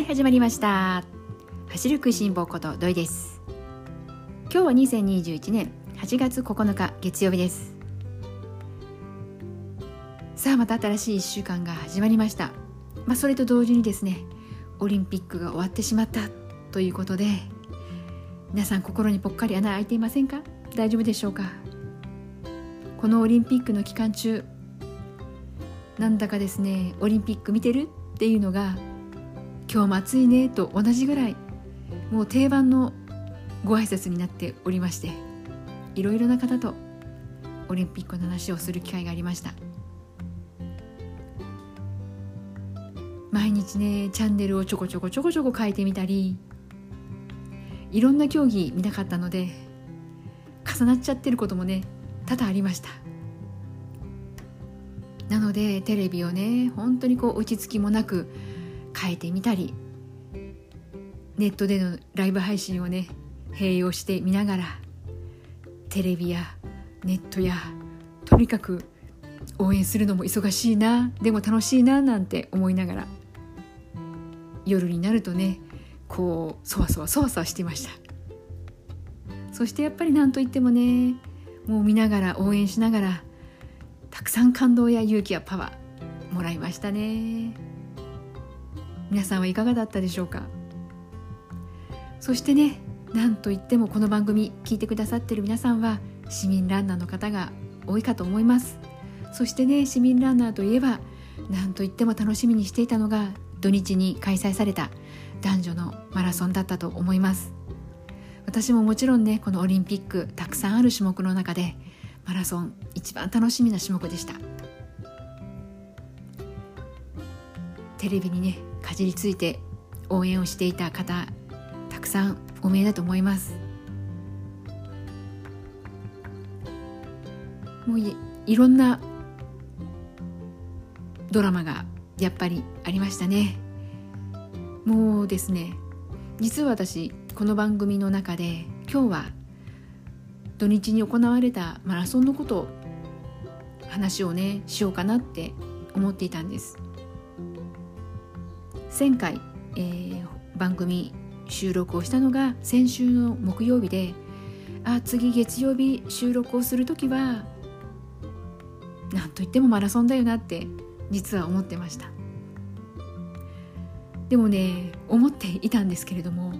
はい始まりました。走る食いしん坊こと土井です。今日は2021年8月9日月曜日です。さあまた新しい1週間が始まりました。それと同時にですね、オリンピックが終わってしまったということで、皆さん心にぽっかり穴開いていませんか？大丈夫でしょうか？このオリンピックの期間中、なんだかですね、オリンピック見てるっていうのが今日も暑いねと同じぐらいもう定番のご挨拶になっておりまして、いろいろな方とオリンピックの話をする機会がありました。毎日ねチャンネルをちょこちょこ変えてみたり、いろんな競技見たかったので重なっちゃってることもね多々ありました。なのでテレビをね本当に落ち着きもなく変えてみたり、ネットでのライブ配信をね併用してみながら、テレビやネットやとにかく応援するのも忙しいな、でも楽しいななんて思いながら、夜になるとねそわそわしてました。そしてやっぱりなんといってもね、もう見ながら応援しながらたくさん感動や勇気やパワーもらいましたね。皆さんはいかがだったでしょうか？そしてね、なんといってもこの番組聞いてくださっている皆さんは市民ランナーの方が多いかと思います。そしてね、市民ランナーといえばなんといっても楽しみにしていたのが土日に開催された男女のマラソンだったと思います。私ももちろんね、このオリンピックたくさんある種目の中でマラソン一番楽しみな種目でした。テレビにねかじりついて応援をしていた方、たくさんお見えだと思います。もう いろんなドラマがやっぱりありましたね。もうですね、実は私この番組の中で今日は土日に行われたマラソンのことを話をねしようかなって思っていたんです。前回、番組収録をしたのが先週の木曜日で、次月曜日収録をするときはなんといってもマラソンだよなって実は思ってました。でもね、思っていたんですけれども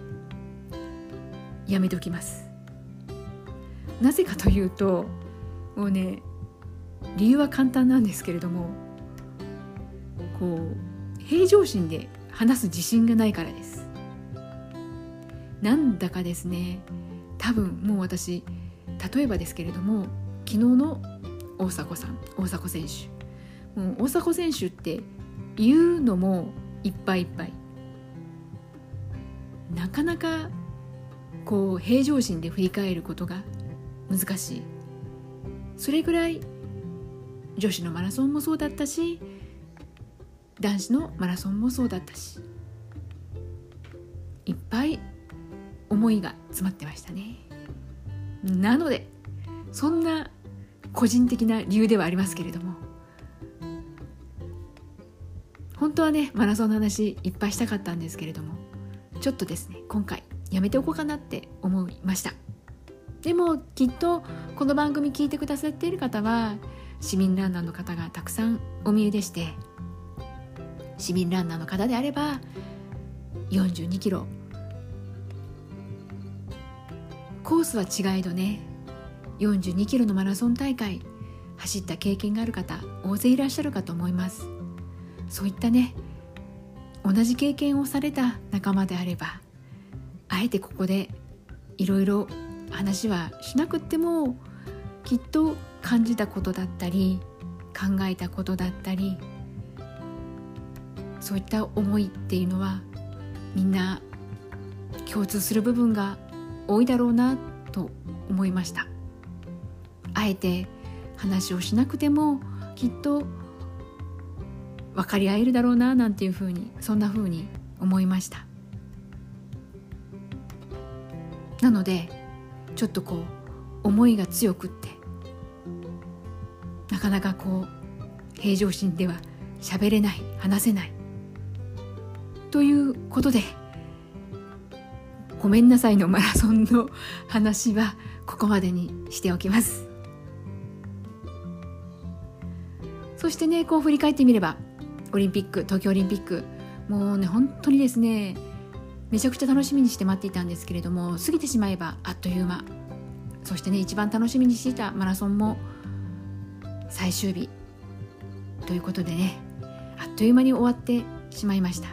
やめときます。なぜかというと、もうね理由は簡単なんですけれども、平常心で話す自信がないからです。なんだかですね、多分もう私、例えばですけれども、昨日の大迫選手、もう大迫選手って言うのもいっぱいいっぱい、なかなか平常心で振り返ることが難しい。それぐらい女子のマラソンもそうだったし、男子のマラソンもそうだったし、いっぱい思いが詰まってましたね。なのでそんな個人的な理由ではありますけれども、本当はねマラソンの話いっぱいしたかったんですけれども、ちょっとですね今回やめておこうかなって思いました。でもきっとこの番組聞いてくださっている方は市民ランナーの方がたくさんお見えでして、市民ランナーの方であれば42キロコースは違えどね、42キロのマラソン大会走った経験がある方大勢いらっしゃるかと思います。そういったね同じ経験をされた仲間であれば、あえてここでいろいろ話はしなくっても、きっと感じたことだったり考えたことだったり、そういった思いっていうのはみんな共通する部分が多いだろうなと思いました。あえて話をしなくてもきっと分かり合えるだろうななんていうふうに、そんなふうに思いました。なのでちょっと思いが強くって、なかなか平常心では喋れない、話せない、 ということで、ごめんなさいのマラソンの話はここまでにしておきます。そしてね、こう振り返ってみればオリンピック、東京オリンピック、もうね本当にですねめちゃくちゃ楽しみにして待っていたんですけれども、過ぎてしまえばあっという間。そしてね、一番楽しみにしていたマラソンも最終日ということでね、あっという間に終わってしまいました。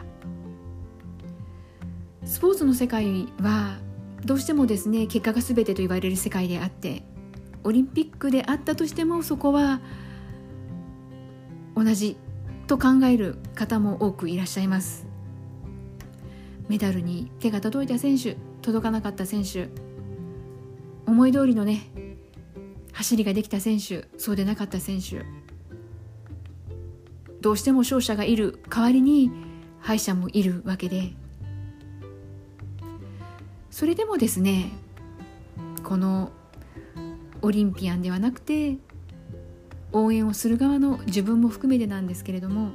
スポーツの世界はどうしてもですね、結果が全てと言われる世界であって、オリンピックであったとしてもそこは同じと考える方も多くいらっしゃいます。メダルに手が届いた選手、届かなかった選手、思い通りのね走りができた選手、そうでなかった選手、どうしても勝者がいる代わりに敗者もいるわけで、それでもですね、このオリンピアンではなくて応援をする側の自分も含めてなんですけれども、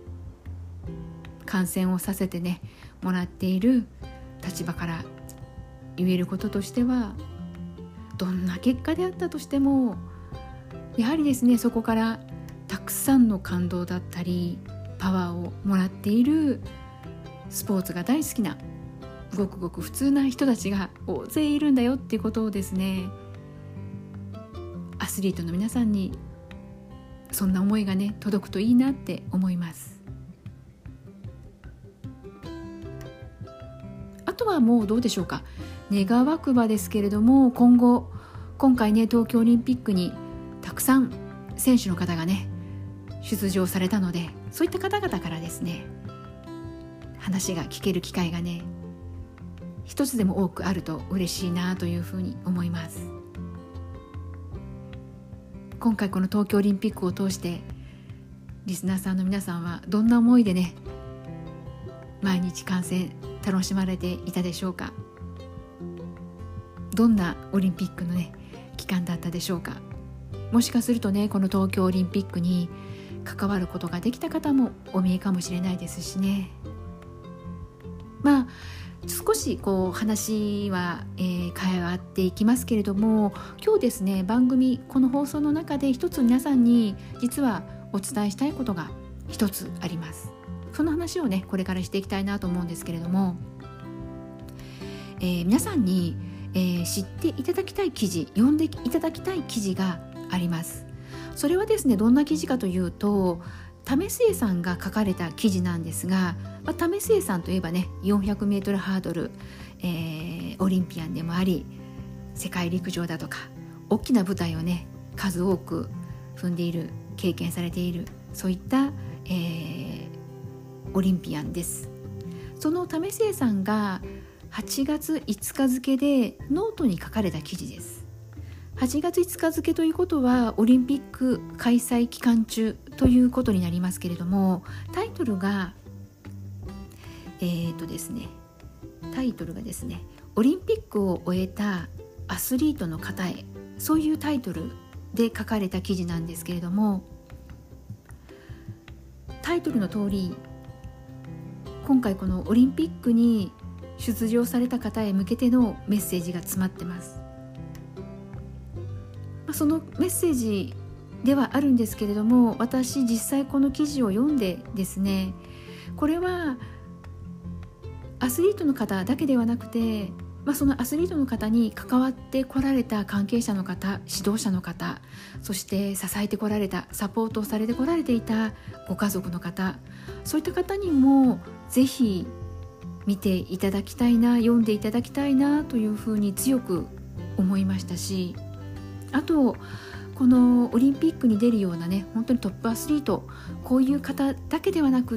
観戦をさせてねもらっている立場から言えることとしては、どんな結果であったとしてもやはりですね、そこからたくさんの感動だったりパワーをもらっているスポーツが大好きなごくごく普通な人たちが大勢いるんだよっていうことをですね、アスリートの皆さんにそんな思いがね届くといいなって思います。あとはもうどうでしょうか、願わくばですけれども、今回ね東京オリンピックにたくさん選手の方がね出場されたので、そういった方々からですね話が聞ける機会がね一つでも多くあると嬉しいなというふうに思います。今回この東京オリンピックを通してリスナーさんの皆さんはどんな思いでね毎日観戦楽しまれていたでしょうか。どんなオリンピックのね期間だったでしょうか。もしかするとね、この東京オリンピックに関わることができた方もお見えかもしれないですしね。まあ少しこう話は、変わっていきますけれども、今日ですね番組この放送の中で一つ皆さんに実はお伝えしたいことが一つあります。その話をねこれからしていきたいなと思うんですけれども、皆さんに、知っていただきたい記事、読んでいただきたい記事があります。それはですね、どんな記事かというと、為末さんが書かれた記事なんですが、為末さんといえばね 400m ハードル、オリンピアンでもあり、世界陸上だとか大きな舞台をね数多く踏んでいる、経験されている、そういった、オリンピアンです。その為末さんが8月5日付でノートに書かれた記事です。8月5日付ということはオリンピック開催期間中ということになりますけれども、タイトルがですねオリンピックを終えたアスリートの方へ、そういうタイトルで書かれた記事なんですけれども、タイトルの通り今回このオリンピックに出場された方へ向けてのメッセージが詰まってます。そのメッセージではあるんですけれども、私実際この記事を読んでですね、これはアスリートの方だけではなくて、そのアスリートの方に関わってこられた関係者の方、指導者の方、そして支えてこられた、サポートされてこられていたご家族の方、そういった方にもぜひ見ていただきたいな、読んでいただきたいなというふうに強く思いましたし、あとこのオリンピックに出るようなね本当にトップアスリート、こういう方だけではなくって、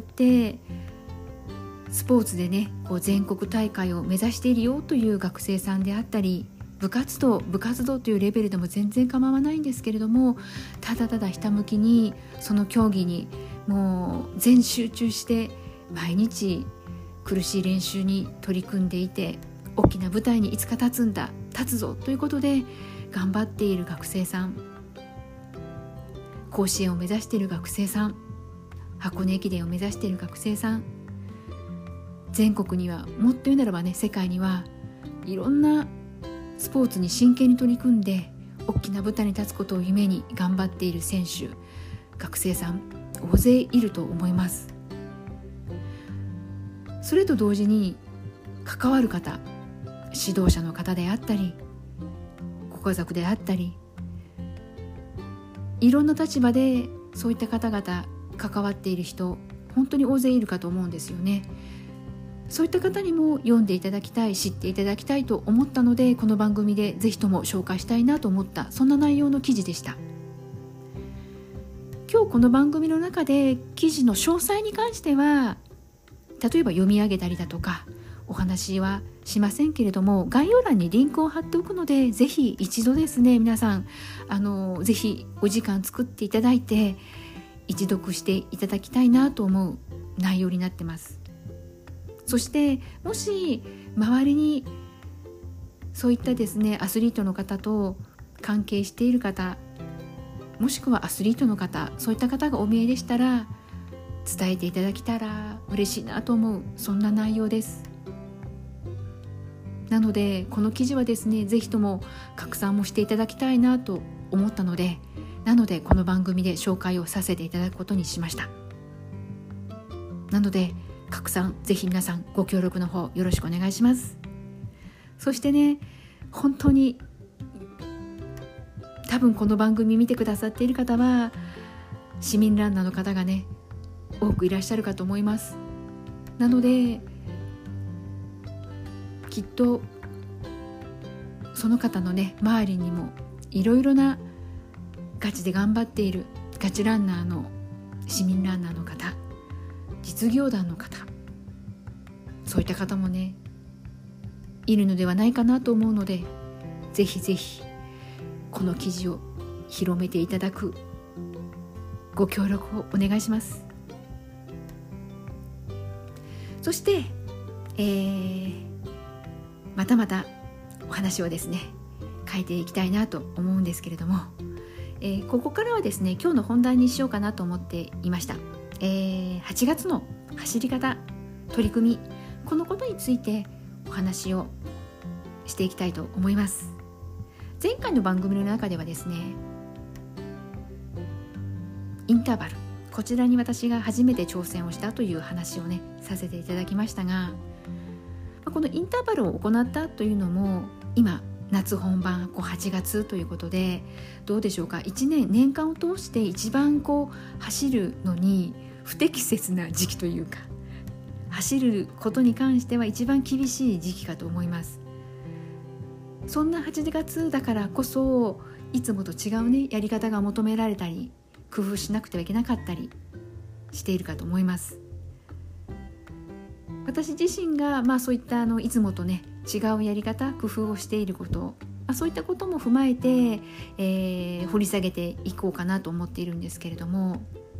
スポーツでねこう全国大会を目指しているよという学生さんであったり、部活動というレベルでも全然構わないんですけれども、ただただひたむきにその競技にもう全集中して毎日苦しい練習に取り組んでいて、大きな舞台にいつか立つぞということで頑張っている学生さん、甲子園を目指している学生さん、箱根駅伝を目指している学生さん、 全国にはもっと言うならばね、世界にはいろんなスポーツに真剣に取り組んで大きな舞台に立つことを夢に頑張っている選手、学生さん大勢いると思います。それと同時に関わる方、指導者の方であったり、ご家族であったり、いろんな立場でそういった方々関わっている人、本当に大勢いるかと思うんですよね。そういった方にも読んでいただきたい、知っていただきたいと思ったので、この番組でぜひとも紹介したいなと思った、そんな内容の記事でした。今日この番組の中で記事の詳細に関しては例えば読み上げたりだとかお話はしませんけれども、概要欄にリンクを貼っておくので、ぜひ一度ですね、皆さんぜひお時間作っていただいて一読していただきたいなと思う内容になってます。そしてもし周りにそういったですね、アスリートの方と関係している方、もしくはアスリートの方、そういった方がお見えでしたら伝えていただけたら嬉しいなと思う、そんな内容です。なのでこの記事はですね、ぜひとも拡散もしていただきたいなと思ったので、この番組で紹介をさせていただくことにしました。なので拡散ぜひ皆さんご協力の方よろしくお願いします。そしてね、本当に多分この番組見てくださっている方は市民ランナーの方がね多くいらっしゃるかと思います。なのできっとその方のね周りにもいろいろなガチで頑張っているガチランナーの市民ランナーの方、実業団の方、そういった方もねいるのではないかなと思うので、ぜひぜひこの記事を広めていただくご協力をお願いします。そして、またまたお話をですね変えていきたいなと思うんですけれども、ここからはですね今日の本題にしようかなと思っていました。8月の走り方取り組み、このことについてお話をしていきたいと思います。前回の番組の中ではですね、インターバル、こちらに私が初めて挑戦をしたという話をねさせていただきましたが、このインターバルを行ったというのも今夏本番8月ということで、どうでしょうか、年間を通して一番走るのに不適切な時期というか、走ることに関しては一番厳しい時期かと思います。そんな8月だからこそいつもと違うねやり方が求められたり、工夫しなくてはいけなかったりしているかと思います。私自身がそういったいつもとね違うやり方、工夫をしていること、そういったことも踏まえて、掘り下げていこうかなと思っているんですけれども、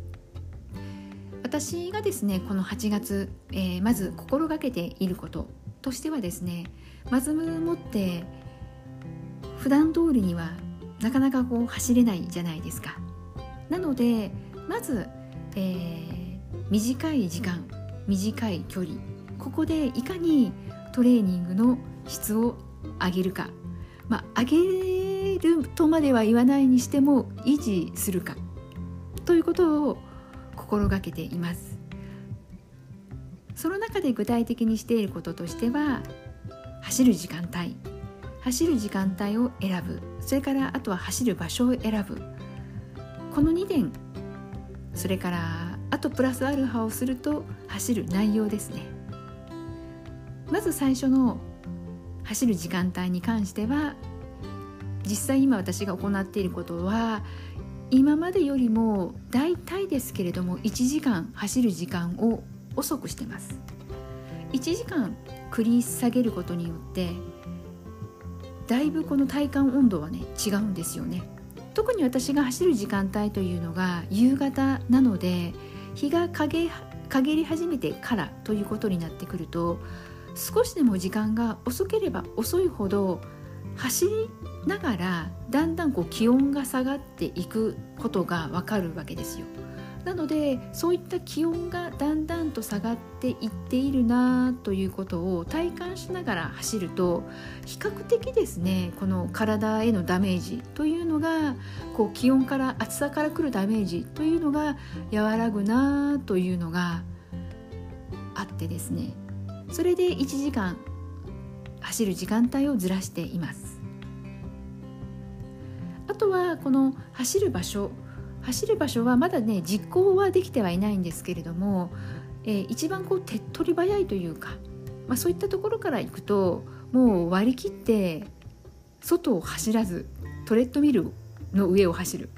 私がですねこの8月、まず心がけていることとしてはですね、まずもって普段通りにはなかなか走れないじゃないですか。なのでまず、短い時間、短い距離、ここでいかにトレーニングの質を上げるか、上げるとまでは言わないにしても維持するかということを心がけています。その中で具体的にしていることとしては、走る時間帯を選ぶ、それからあとは走る場所を選ぶ、この2点、それからあとプラスアルファをすると走る内容ですね。まず最初の走る時間帯に関しては、実際今私が行っていることは今までよりも大体ですけれども1時間走る時間を遅くしてます。1時間繰り下げることによってだいぶこの体感温度はね違うんですよね。特に私が走る時間帯というのが夕方なので、日が陰り始めてからということになってくると、少しでも時間が遅ければ遅いほど走りながらだんだん気温が下がっていくことがわかるわけですよ。 なのでそういった気温がだんだんと下がっていっているなということを体感しながら走ると、比較的ですねこの体へのダメージというのがこう気温から暑さから来るダメージというのが和らぐなというのがあってですね、それで1時間走る時間帯をずらしています。あとはこの走る場所はまだね実行はできてはいないんですけれども、一番こう手っ取り早いというか、そういったところから行くともう割り切って外を走らずトレッドミルの上を走る、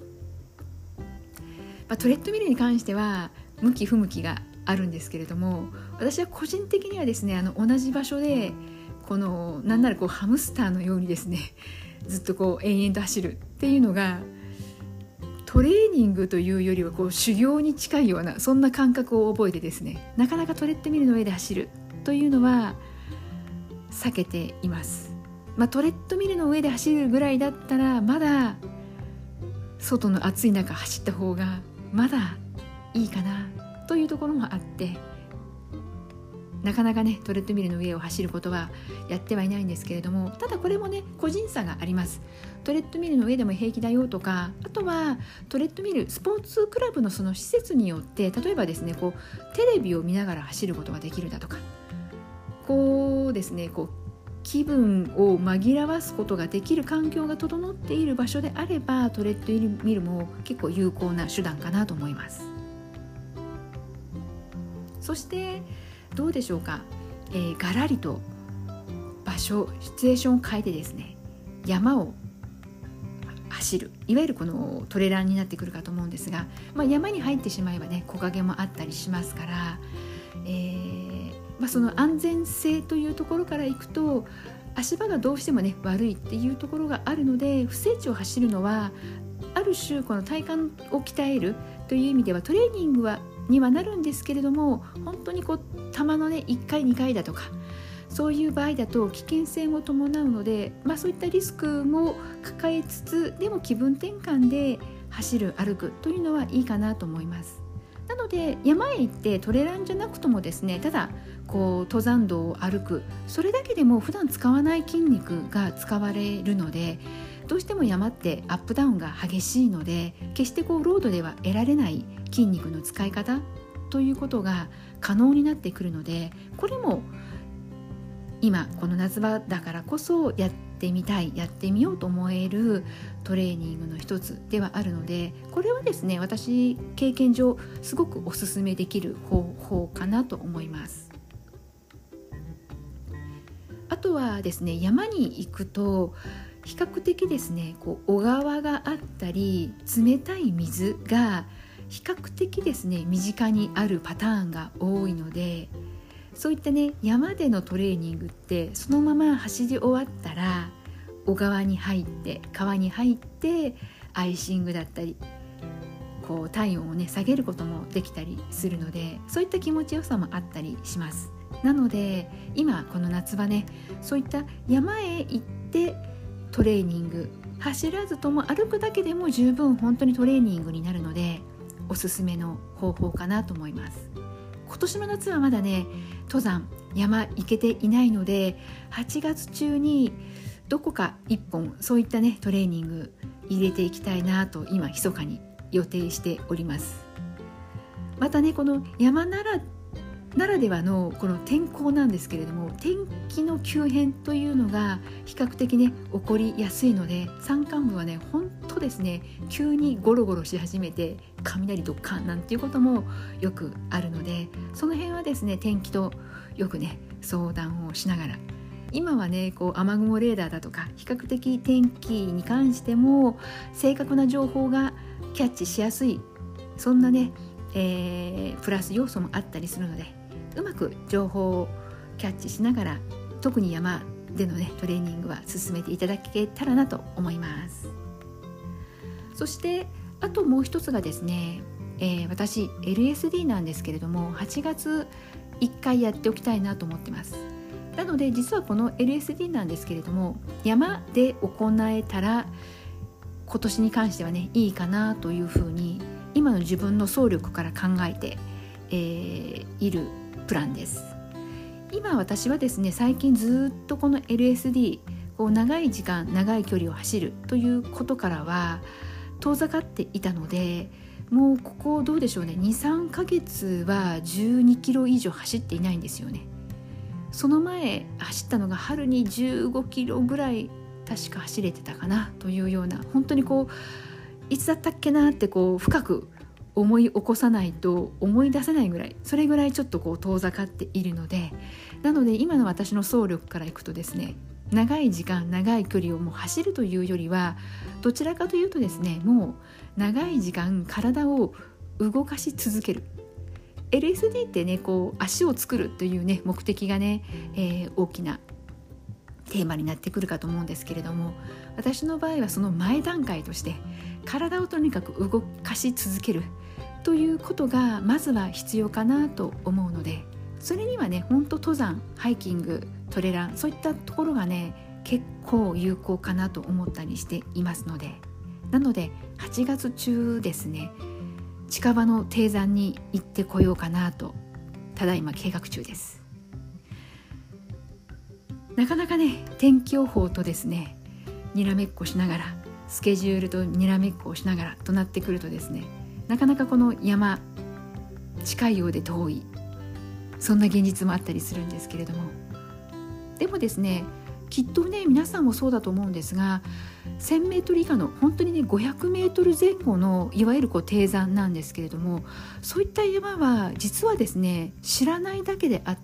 トレッドミルに関しては向き不向きがあるんですけれども、私は個人的にはですね同じ場所でこのなんならこうハムスターのようにですねずっとこう延々と走るっていうのがトレーニングというよりはこう修行に近いようなそんな感覚を覚えてですね、なかなかトレッドミルの上で走るというのは避けています。トレッドミルの上で走るぐらいだったらまだ外の暑い中走った方がまだいいかなというところもあって、なかなかねトレッドミルの上を走ることはやってはいないんですけれども、ただこれもね個人差があります。トレッドミルの上でも平気だよとか、あとはトレッドミルスポーツクラブのその施設によって、例えばですねこうテレビを見ながら走ることができるだとか、こうですねこう気分を紛らわすことができる環境が整っている場所であれば、トレッドミルも結構有効な手段かなと思います。そしてどうでしょうか、ガラリと場所シチュエーションを変えてですね山を走る、いわゆるこのトレランになってくるかと思うんですが、山に入ってしまえばね木陰もあったりしますから、その安全性というところからいくと足場がどうしてもね悪いっていうところがあるので、不整地を走るのはある種この体幹を鍛えるという意味ではトレーニングにはなるんですけれども、本当にこう球のね1回2回だとかそういう場合だと危険性も伴うので、そういったリスクも抱えつつでも気分転換で走る歩くというのはいいかなと思います。なので山へ行ってトレランじゃなくともですね、ただこう登山道を歩く、それだけでも普段使わない筋肉が使われるので、どうしても山ってアップダウンが激しいので、決してこうロードでは得られない筋肉の使い方ということが可能になってくるので、これも今この夏場だからこそやってみたい、やってみようと思えるトレーニングの一つではあるので、これはですね私経験上すごくおすすめできる方法かなと思います。あとはですね山に行くと比較的ですねこう小川があったり冷たい水が比較的ですね身近にあるパターンが多いので、そういったね山でのトレーニングってそのまま走り終わったら小川に入って川に入ってアイシングだったりこう体温をね下げることもできたりするので、そういった気持ちよさもあったりします。なので今この夏場ねそういった山へ行ってトレーニング、走らずとも歩くだけでも十分本当にトレーニングになるのでおすすめの方法かなと思います。今年の夏はまだね登山山行けていないので、8月中にどこか1本そういったねトレーニング入れていきたいなと今密かに予定しております。またねこの山ならではのこの天候なんですけれども、天気の急変というのが比較的ね起こりやすいので、山間部はね本当ですね急にゴロゴロし始めて雷ドッカンなんていうこともよくあるので、その辺はですね天気とよくね相談をしながら、今はねこう雨雲レーダーだとか比較的天気に関しても正確な情報がキャッチしやすい、そんなね、プラス要素もあったりするので、うまく情報をキャッチしながら特に山でのねトレーニングは進めていただけたらなと思います。そしてあともう一つがですね、私 LSD なんですけれども8月1回やっておきたいなと思ってます。なので実はこの LSD なんですけれども山で行えたら今年に関してはねいいかなというふうに今の自分の走力から考えて、いるプランです。今私はですね、最近ずっとこの LSD、 長い時間長い距離を走るということからは遠ざかっていたので、もうここどうでしょうね、 2,3 ヶ月は12キロ以上走っていないんですよね。その前走ったのが春に15キロぐらい確か走れてたかなというような、本当にいつだったっけなって深く思い起こさないと思い出せないぐらい、それぐらいちょっと遠ざかっているので、なので今の私の走力からいくとですね、長い時間長い距離をもう走るというよりは、どちらかというとですね、もう長い時間体を動かし続ける。 LSD ってね、足を作るというね目的がね、大きなテーマになってくるかと思うんですけれども、私の場合はその前段階として体をとにかく動かし続けるということがまずは必要かなと思うので、それにはね、本当登山、ハイキング、トレラン、そういったところがね結構有効かなと思ったりしていますので、なので8月中ですね、近場の低山に行ってこようかなとただいま計画中です。なかなかね、天気予報とですねにらめっこしながら、スケジュールとにらめっこをしながらとなってくるとですね、なかなかこの山近いようで遠い、そんな現実もあったりするんですけれども、でもですね、きっとね皆さんもそうだと思うんですが、1000メートル以下の本当にね500メートル前後のいわゆる低山なんですけれども、そういった山は実はですね知らないだけであって、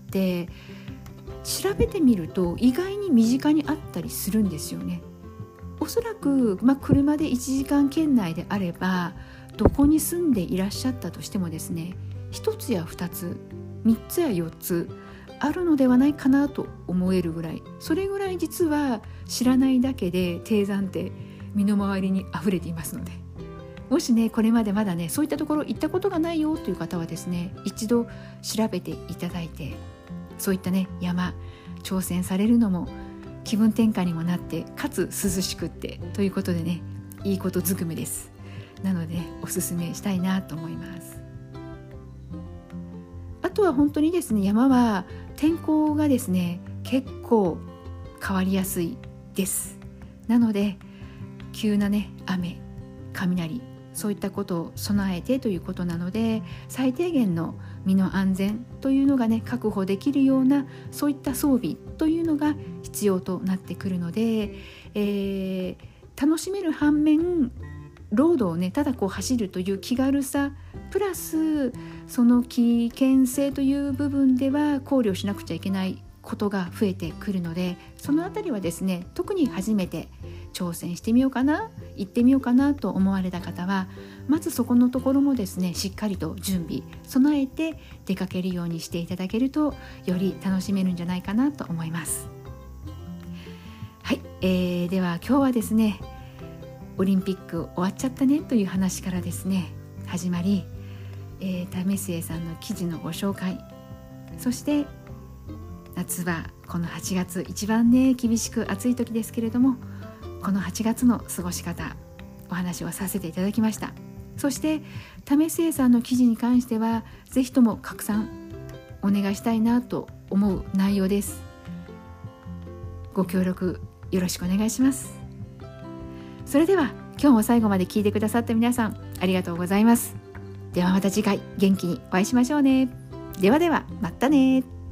調べてみると意外に身近にあったりするんですよね。おそらく、車で1時間圏内であれば、どこに住んでいらっしゃったとしてもですね、1つや2つ3つや4つあるのではないかなと思えるぐらい、それぐらい実は知らないだけで低山って身の回りにあふれていますので、もしねこれまでまだねそういったところ行ったことがないよという方はですね、一度調べていただいて、そういったね山挑戦されるのも気分転換にもなって、かつ涼しくってということでね、いいことずくめです。なので、おすすめしたいなと思います。あとは本当にですね、山は天候がですね結構変わりやすいです。なので急なね雨、雷、そういったことを備えてということなので、最低限の身の安全というのがね確保できるような、そういった装備というのが必要となってくるので、楽しめる反面、ロードをねただ走るという気軽さプラスその危険性という部分では考慮しなくちゃいけないことが増えてくるので、そのあたりはですね、特に初めて挑戦してみようかな、行ってみようかなと思われた方は、まずそこのところもですねしっかりと準備備えて出かけるようにしていただけると、より楽しめるんじゃないかなと思います。はい、では今日はですね、オリンピック終わっちゃったねという話からですね始まり、為末さんの記事のご紹介、そして夏はこの8月一番ね厳しく暑い時ですけれども、この8月の過ごし方お話をさせていただきました。そして為末さんの記事に関してはぜひとも拡散お願いしたいなと思う内容です。ご協力よろしくお願いします。それでは今日も最後まで聞いてくださった皆さんありがとうございます。ではまた次回元気にお会いしましょうね。ではではまたね。